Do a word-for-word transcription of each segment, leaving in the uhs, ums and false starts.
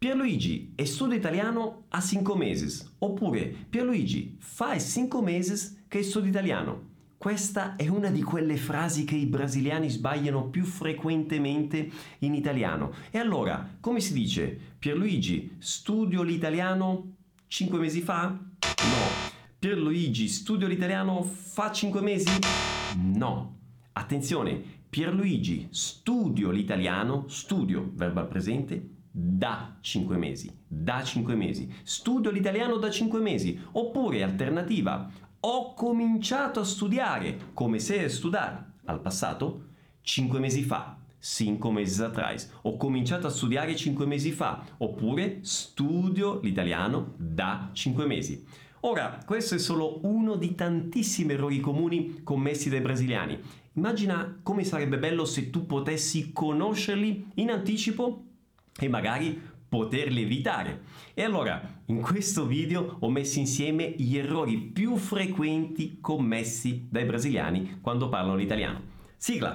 Pierluigi estuda italiano há cinco meses. Oppure Pierluigi faz cinco meses che studia italiano. Questa è una di quelle frasi che i brasiliani sbagliano più frequentemente in italiano. E allora, come si dice? Pierluigi, studio l'italiano cinque mesi fa? No. Pierluigi, studio l'italiano fa cinque mesi? No. Attenzione, Pierluigi, studio l'italiano, studio, verbo al presente, da cinque mesi. Da cinque mesi. Studio l'italiano da cinque mesi. Oppure, alternativa, ho cominciato a studiare, come se studiare, al passato, cinque mesi fa, cinco meses atrás. Ho cominciato a studiare cinque mesi fa, oppure studio l'italiano da cinque mesi. Ora, questo è solo uno di tantissimi errori comuni commessi dai brasiliani. Immagina come sarebbe bello se tu potessi conoscerli in anticipo e magari poterli evitare. E allora, in questo video ho messo insieme gli errori più frequenti commessi dai brasiliani quando parlano l'italiano. Sigla!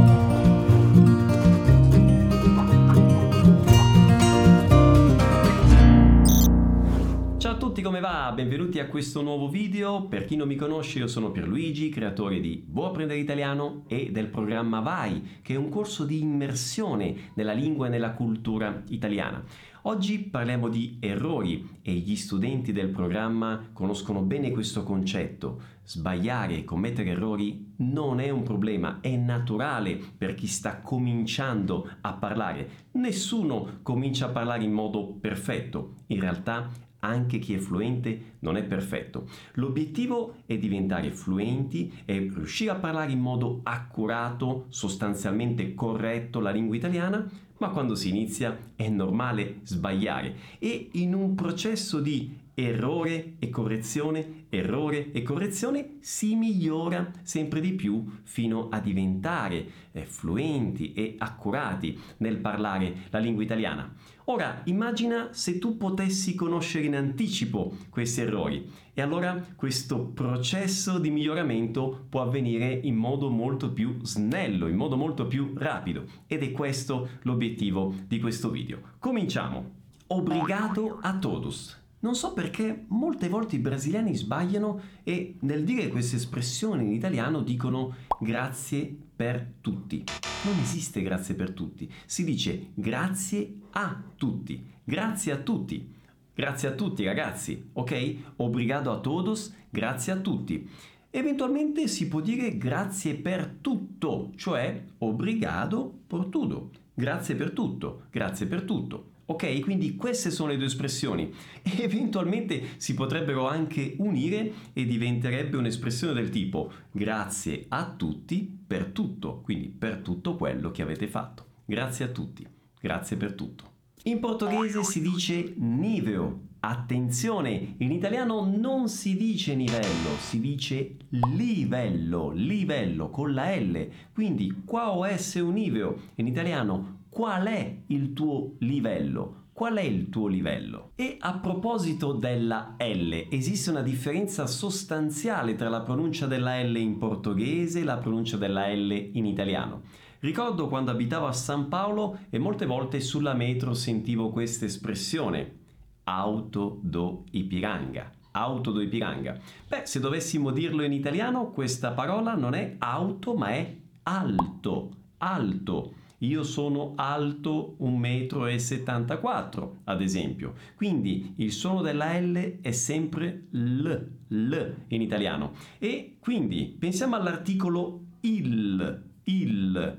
Ciao a tutti, come va? Benvenuti a questo nuovo video. Per chi non mi conosce, io sono Pierluigi, creatore di Vuoi apprendere italiano e del programma Vai, che è un corso di immersione nella lingua e nella cultura italiana. Oggi parliamo di errori e gli studenti del programma conoscono bene questo concetto. Sbagliare e commettere errori non è un problema, è naturale per chi sta cominciando a parlare. Nessuno comincia a parlare in modo perfetto. In realtà anche chi è fluente non è perfetto. L'obiettivo è diventare fluenti e riuscire a parlare in modo accurato, sostanzialmente corretto la lingua italiana, ma quando si inizia è normale sbagliare e in un processo di errore e correzione, errore e correzione si migliora sempre di più fino a diventare eh, fluenti e accurati nel parlare la lingua italiana. Ora immagina se tu potessi conoscere in anticipo questi errori e allora questo processo di miglioramento può avvenire in modo molto più snello, in modo molto più rapido ed è questo l'obiettivo di questo video. Cominciamo! Obrigado a todos. Non so perché molte volte i brasiliani sbagliano e nel dire queste espressioni in italiano dicono grazie per tutti. Non esiste grazie per tutti, si dice grazie a tutti, grazie a tutti, grazie a tutti ragazzi, ok? Obrigado a todos, grazie a tutti. Eventualmente si può dire grazie per tutto, cioè obrigado por tudo, grazie per tutto, grazie per tutto. Ok, quindi queste sono le due espressioni e eventualmente si potrebbero anche unire e diventerebbe un'espressione del tipo grazie a tutti per tutto, quindi per tutto quello che avete fatto. Grazie a tutti, grazie per tutto. In portoghese si dice nível. Attenzione, in italiano non si dice livello, si dice livello, livello con la L. Quindi qual è un nível? In italiano qual è il tuo livello? Qual è il tuo livello? E a proposito della L, esiste una differenza sostanziale tra la pronuncia della L in portoghese e la pronuncia della L in italiano. Ricordo quando abitavo a San Paolo e molte volte sulla metro sentivo questa espressione, auto do Ipiranga. Auto do Ipiranga. Beh, se dovessimo dirlo in italiano, questa parola non è auto ma è alto, alto. Io sono alto un metro e settantaquattro, ad esempio. Quindi il suono della L è sempre L, L in italiano. E quindi pensiamo all'articolo il, il,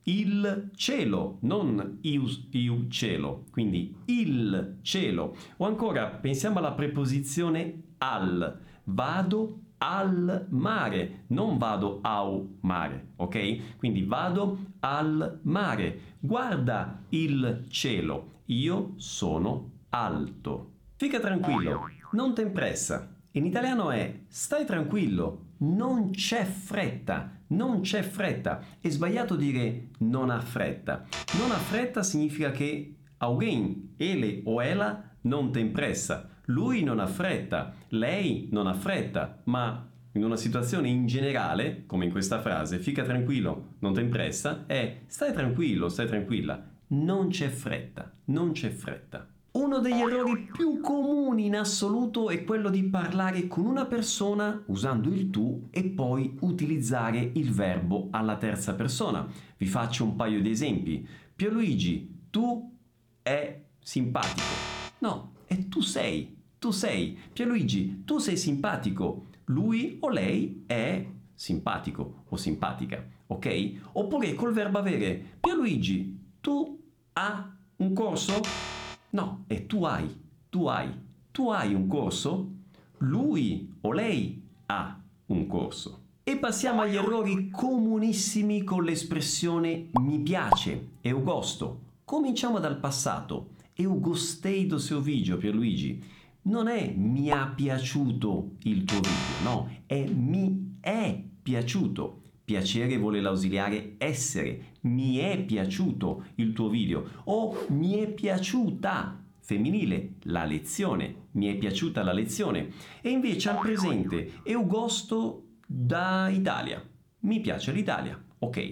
il cielo, non io, io cielo. Quindi il cielo. O ancora pensiamo alla preposizione al. Vado al mare, non vado au mare, ok? Quindi vado al mare, guarda il cielo, io sono alto. Fica tranquillo, non te impressa. In italiano è stai tranquillo, non c'è fretta, non c'è fretta. È sbagliato dire non ha fretta. Non ha fretta significa che alguém, ele o ela, non te impressa. Lui non ha fretta, lei non ha fretta, ma in una situazione in generale, come in questa frase, fica tranquillo, non te impressa, è stai tranquillo, stai tranquilla, non c'è fretta, non c'è fretta. Un Uno degli errori più comuni in assoluto è quello di parlare con una persona usando il tu e poi utilizzare il verbo alla terza persona. Vi faccio un paio di esempi. Pierluigi, tu è simpatico. No, è tu sei. Tu sei. Pierluigi, tu sei simpatico. Lui o lei è simpatico o simpatica, ok? Oppure col verbo avere. Pierluigi, tu hai un corso? No, è tu hai. Tu hai. Tu hai un corso? Lui o lei ha un corso. E passiamo agli errori comunissimi con l'espressione mi piace, Eugosto. Cominciamo dal passato. Eu gostei do seu vídeo, Pierluigi. Non è mi ha piaciuto il tuo video, no, è mi è piaciuto. Piacere vuole l'ausiliare essere. Mi è piaciuto il tuo video. O mi è piaciuta, femminile, la lezione. Mi è piaciuta la lezione. E invece al presente, eu gosto da Italia. Mi piace l'Italia. Ok.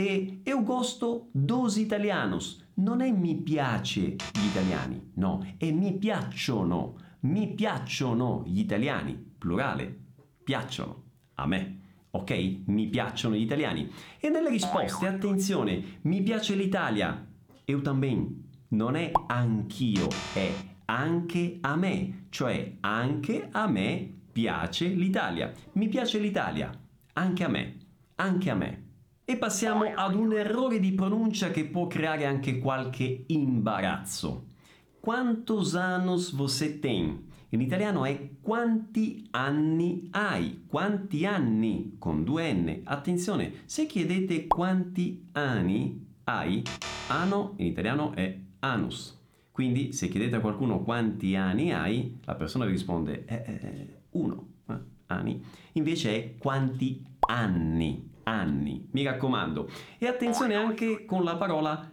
E eu gosto dos italianos. Non è mi piace gli italiani, no, è mi piacciono. Mi piacciono gli italiani, plurale. Piacciono a me. Ok? Mi piacciono gli italiani. E nelle risposte, attenzione, mi piace l'Italia. Eu também. Non è anch'io, è anche a me. Cioè, anche a me piace l'Italia. Mi piace l'Italia. Anche a me. Anche a me. E passiamo ad un errore di pronuncia che può creare anche qualche imbarazzo. Quantos anos você tem? In italiano è quanti anni hai? Quanti anni? Con due N. Attenzione, se chiedete quanti anni hai, ano in italiano è anus. Quindi se chiedete a qualcuno quanti anni hai, la persona risponde eh, eh, uno, eh, anni. Invece è quanti anni, anni. Mi raccomando. E attenzione anche con la parola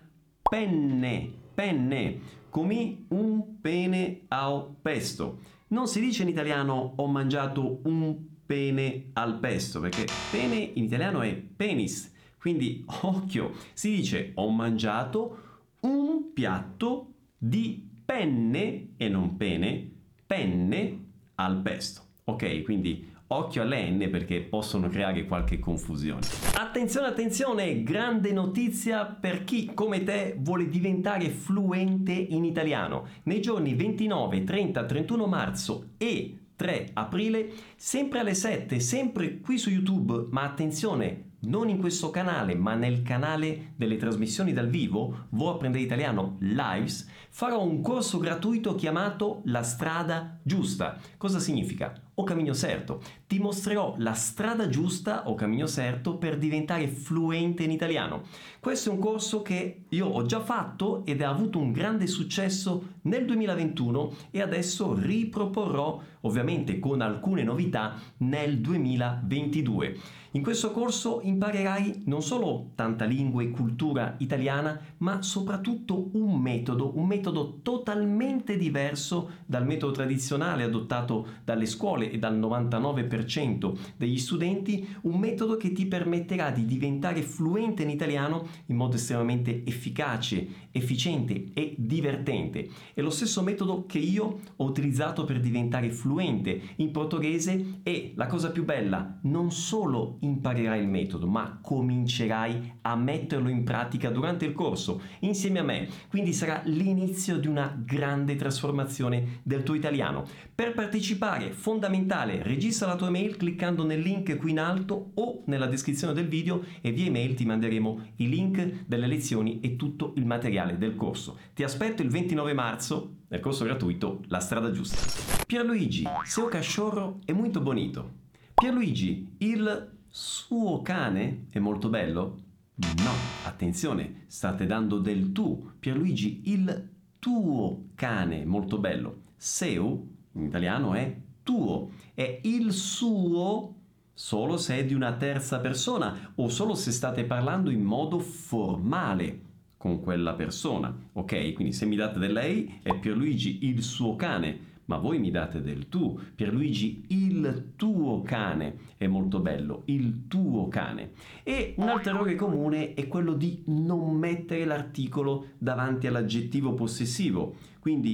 penne, penne. Comi un pene al pesto. Non si dice in italiano ho mangiato un pene al pesto, perché pene in italiano è penis. Quindi, occhio, si dice ho mangiato un piatto di penne, e non pene, penne al pesto. Ok, quindi occhio alle N perché possono creare qualche confusione. Attenzione, attenzione, grande notizia per chi come te vuole diventare fluente in italiano. Nei giorni ventinove, trenta, trentuno marzo e tre aprile, sempre alle sette, sempre qui su YouTube, ma attenzione, non in questo canale, ma nel canale delle trasmissioni dal vivo, Vuoi apprendere italiano Lives, farò un corso gratuito chiamato La strada giusta. Cosa significa? O cammino certo. Ti mostrerò la strada giusta o cammino certo per diventare fluente in italiano. Questo è un corso che io ho già fatto ed ha avuto un grande successo nel duemilaventuno e adesso riproporrò, ovviamente con alcune novità, nel duemilaventidue. In questo corso imparerai non solo tanta lingua e cultura italiana, ma soprattutto un metodo, un metodo totalmente diverso dal metodo tradizionale adottato dalle scuole e dal novantanove per cento degli studenti, un metodo che ti permetterà di diventare fluente in italiano in modo estremamente efficace, efficiente e divertente. È lo stesso metodo che io ho utilizzato per diventare fluente in portoghese e, la cosa più bella, non solo imparerai il metodo, ma comincerai a metterlo in pratica durante il corso insieme a me. Quindi sarà l'inizio di una grande trasformazione del tuo italiano. Per partecipare, fondamentale, registra la tua email cliccando nel link qui in alto o nella descrizione del video e via email ti manderemo i link delle lezioni e tutto il materiale del corso. Ti aspetto il ventinove marzo nel corso gratuito La strada giusta. Pierluigi, seu cachorro è molto bonito. Pierluigi, il suo cane è molto bello? No, attenzione, state dando del tu. Pierluigi, il tuo cane è molto bello. Seu, in italiano, è tuo. È il suo solo se è di una terza persona o solo se state parlando in modo formale con quella persona. Ok? Quindi se mi date del lei è Pierluigi il suo cane. Ma voi mi date del tu. Pierluigi, il tuo cane è molto bello, il tuo cane. E un altro errore comune è quello di non mettere l'articolo davanti all'aggettivo possessivo. Quindi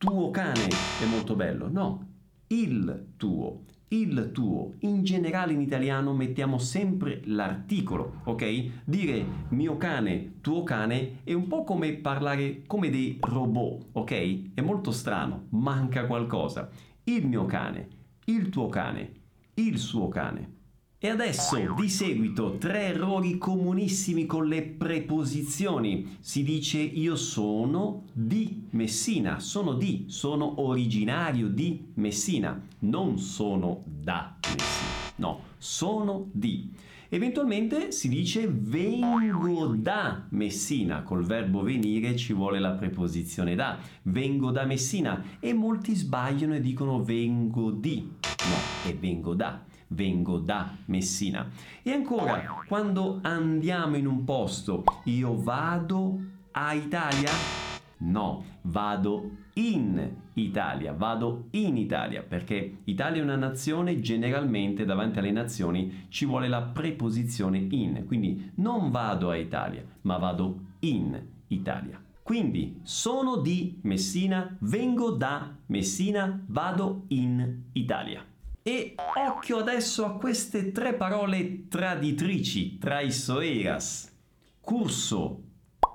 tuo cane è molto bello. No, il tuo. Il tuo. In generale in italiano mettiamo sempre l'articolo, ok? Dire mio cane, tuo cane è un po' come parlare come dei robot, ok? È molto strano, manca qualcosa. Il mio cane, il tuo cane, il suo cane. E adesso, di seguito, tre errori comunissimi con le preposizioni. Si dice io sono di Messina, sono di, sono originario di Messina, non sono da Messina, no, sono di. Eventualmente si dice vengo da Messina, col verbo venire ci vuole la preposizione da, vengo da Messina e molti sbagliano e dicono vengo di, no, è vengo da. Vengo da Messina. E ancora, quando andiamo in un posto, io vado a Italia? No, vado in Italia, vado in Italia, perché Italia è una nazione, generalmente davanti alle nazioni ci vuole la preposizione in, quindi non vado a Italia, ma vado in Italia. Quindi sono di Messina, vengo da Messina, vado in Italia. E occhio adesso a queste tre parole traditrici, traiçoeiras. Curso,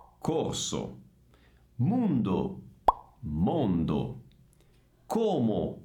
corso, mundo, mondo, como,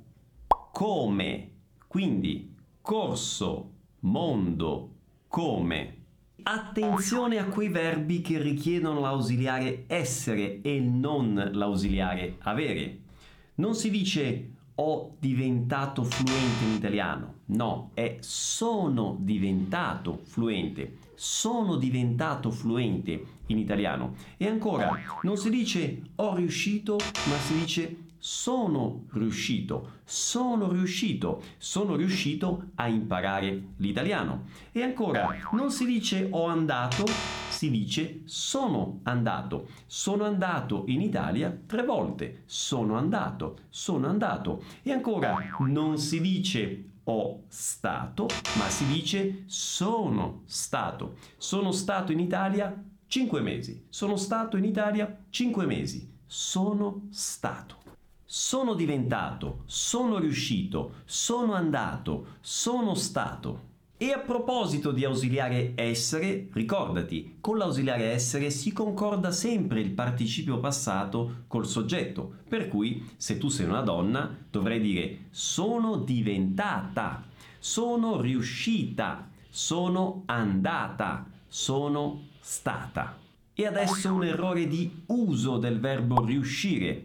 come. Quindi corso, mondo, come. Attenzione a quei verbi che richiedono l'ausiliare essere e non l'ausiliare avere. Non si dice ho diventato fluente in italiano. No, è sono diventato fluente. Sono diventato fluente in italiano. E ancora, non si dice ho riuscito, ma si dice sono riuscito. Sono riuscito. Sono riuscito a imparare l'italiano. E ancora, non si dice ho andato, si dice sono andato. Sono andato in Italia tre volte. Sono andato, sono andato. E ancora, non si dice ho stato, ma si dice sono stato. Sono stato in Italia cinque mesi. Sono stato in Italia cinque mesi. Sono stato. Sono diventato, sono riuscito, sono andato, sono stato. E a proposito di ausiliare essere, ricordati, con l'ausiliare essere si concorda sempre il participio passato col soggetto, per cui se tu sei una donna dovrai dire sono diventata, sono riuscita, sono andata, sono stata. E adesso un errore di uso del verbo riuscire.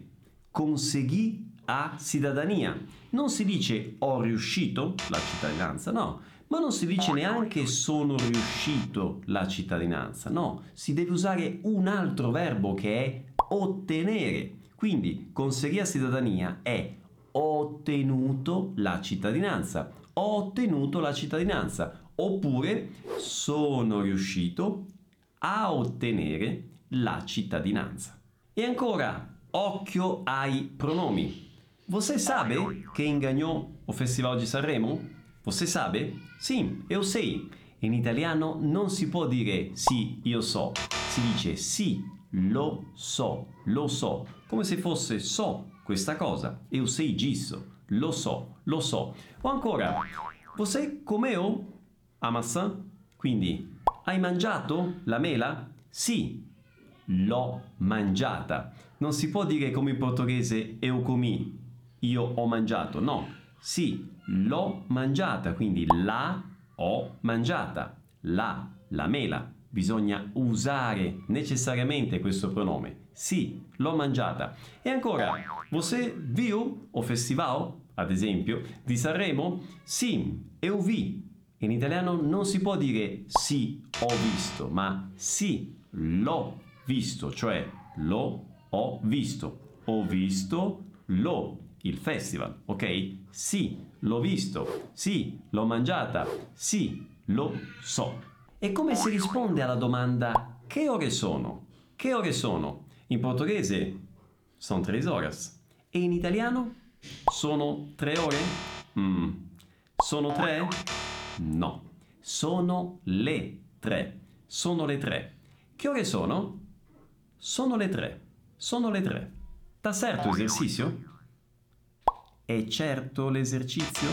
Conseguì a cidadania. Non si dice ho riuscito la cittadinanza, no. Ma non si dice neanche sono riuscito la cittadinanza, no, si deve usare un altro verbo che è ottenere. Quindi conseguire cittadania è ho ottenuto la cittadinanza, ho ottenuto la cittadinanza, oppure sono riuscito a ottenere la cittadinanza. E ancora, occhio ai pronomi. Você sabe quem ganhou o Festival de Sanremo? Você sabe? Sì, eu sei. In italiano non si può dire sì, io so. Si dice sì, lo so, lo so. Come se fosse so questa cosa. Eu sei disso. Lo so, lo so. O ancora, você comeu a maçã? Quindi, hai mangiato la mela? Sì, l'ho mangiata. Non si può dire come in portoghese eu comi, io ho mangiato. No, sì, l'ho mangiata, quindi la ho mangiata, la, la mela. Bisogna usare necessariamente questo pronome. Sì, l'ho mangiata. E ancora, você viu o festival, ad esempio, di Sanremo? Sì, eu vi. In italiano non si può dire sì, ho visto, ma sì, l'ho visto, cioè lo ho visto. Ho visto lo, il festival, ok? Sì, l'ho visto. Sì, l'ho mangiata. Sì, lo so. E come si risponde alla domanda che ore sono? Che ore sono? In portoghese sono tres horas. E in italiano? Sono tre ore? Mm. Sono tre? No. Sono le tre. Sono le tre. Che ore sono? Sono le tre. Sono le tre. T'ha certo esercizio? È certo l'esercizio?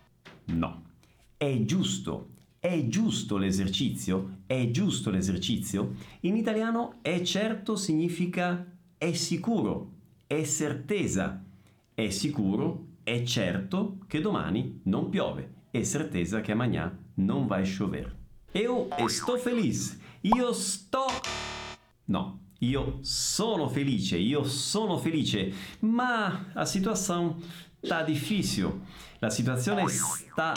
No. È giusto. È giusto l'esercizio? È giusto l'esercizio? In italiano è certo significa è sicuro, è certeza. È sicuro, è certo che domani non piove. È certeza che amanhã non vai chover. Eu estou feliz. Io sto... No, io sono felice, io sono felice, ma la situazione sta difficile. La situazione sta...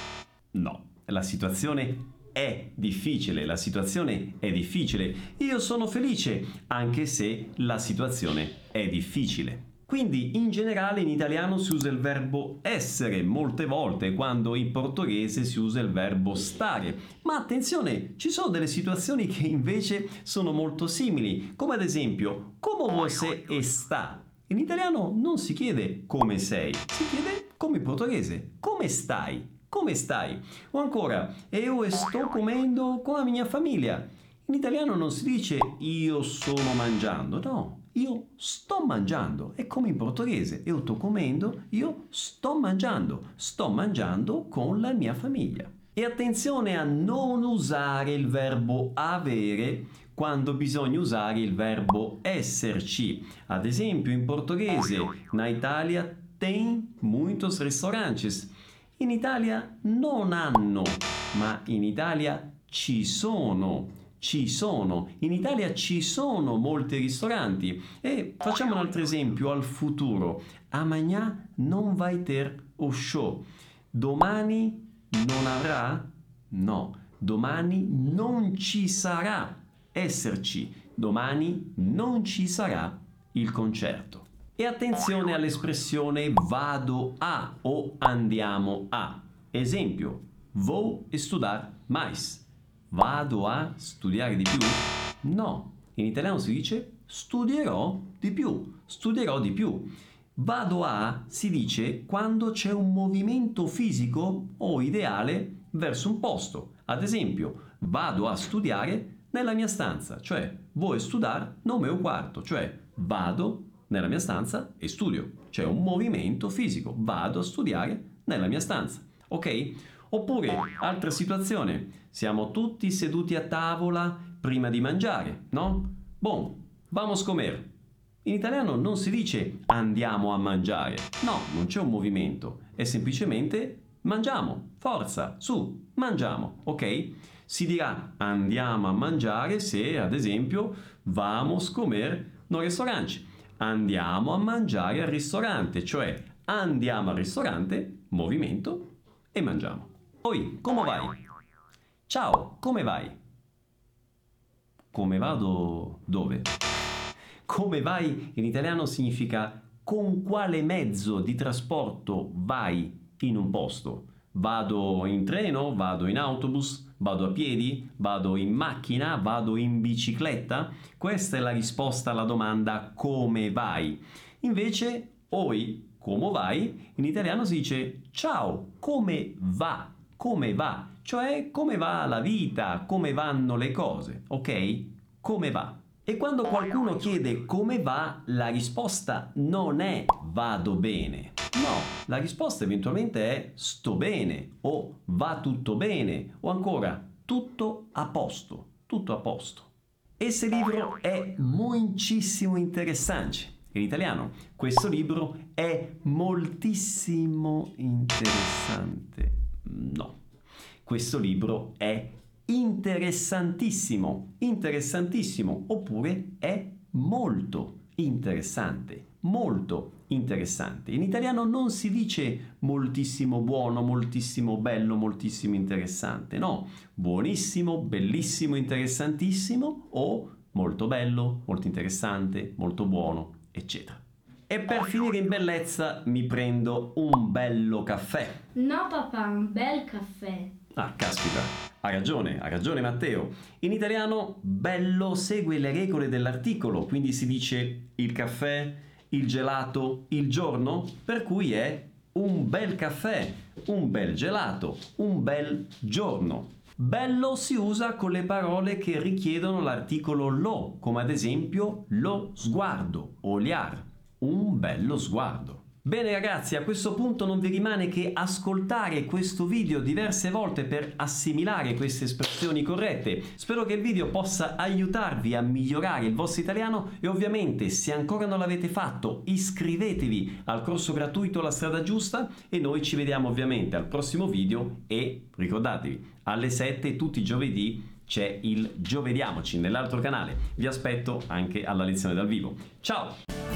No, la situazione è difficile, la situazione è difficile. Io sono felice, anche se la situazione è difficile. Quindi in generale in italiano si usa il verbo essere molte volte, quando in portoghese si usa il verbo stare. Ma attenzione, ci sono delle situazioni che invece sono molto simili, come ad esempio, come você está? In italiano non si chiede come sei, si chiede come in portoghese, come stai? Come stai? O ancora, eu estou comendo con la mia famiglia. In italiano non si dice io sono mangiando, no. Io sto mangiando, è come in portoghese, io sto comendo, io sto mangiando, sto mangiando con la mia famiglia. E attenzione a non usare il verbo avere quando bisogna usare il verbo esserci. Ad esempio in portoghese, na Italia tem muitos restaurantes. In Italia non hanno, ma in Italia ci sono. Ci sono. In Italia ci sono molti ristoranti. E facciamo un altro esempio al futuro. Amanhã non vai ter o show. Domani non avrà? No. Domani non ci sarà esserci. Domani non ci sarà il concerto. E attenzione all'espressione vado a o andiamo a. Esempio, vou estudar mais. Vado a studiare di più? No, in italiano si dice studierò di più, studierò di più. Vado a si dice quando c'è un movimento fisico o ideale verso un posto. Ad esempio, vado a studiare nella mia stanza, cioè vou estudar no meu quarto, cioè vado nella mia stanza e studio. C'è un movimento fisico, vado a studiare nella mia stanza, ok? Oppure, altra situazione, siamo tutti seduti a tavola prima di mangiare, no? Bon, vamos comer. In italiano non si dice andiamo a mangiare, no, non c'è un movimento, è semplicemente mangiamo, forza, su, mangiamo, ok? Si dirà andiamo a mangiare se, ad esempio, vamos comer no ristorante. Andiamo a mangiare al ristorante, cioè andiamo al ristorante, movimento, e mangiamo. Oi, come vai? Ciao, come vai? Come vado dove? Come vai in italiano significa con quale mezzo di trasporto vai in un posto. Vado in treno, vado in autobus, vado a piedi, vado in macchina, vado in bicicletta? Questa è la risposta alla domanda come vai. Invece, oi, come vai, in italiano si dice ciao, come va? Come va? Cioè come va la vita, come vanno le cose, ok? Come va? E quando qualcuno chiede come va, la risposta non è vado bene. No, la risposta eventualmente è sto bene o va tutto bene o ancora tutto a posto, tutto a posto. Esse libro è muchísimo interessante. In italiano, questo libro è moltissimo interessante. No, questo libro è interessantissimo, interessantissimo, oppure è molto interessante, molto interessante. In italiano non si dice moltissimo buono, moltissimo bello, moltissimo interessante, no, buonissimo, bellissimo, interessantissimo o molto bello, molto interessante, molto buono, eccetera. E per finire in bellezza mi prendo un bello caffè. No papà, un bel caffè. Ah, caspita, ha ragione, ha ragione Matteo. In italiano bello segue le regole dell'articolo, quindi si dice il caffè, il gelato, il giorno, per cui è un bel caffè, un bel gelato, un bel giorno. Bello si usa con le parole che richiedono l'articolo lo, come ad esempio lo sguardo, olhar. un bello sguardo. Bene ragazzi, a questo punto non vi rimane che ascoltare questo video diverse volte per assimilare queste espressioni corrette. Spero che il video possa aiutarvi a migliorare il vostro italiano e ovviamente, se ancora non l'avete fatto, iscrivetevi al corso gratuito La Strada Giusta e noi ci vediamo ovviamente al prossimo video e ricordatevi, alle sette tutti i giovedì c'è il Giovediamoci nell'altro canale. Vi aspetto anche alla lezione dal vivo. Ciao!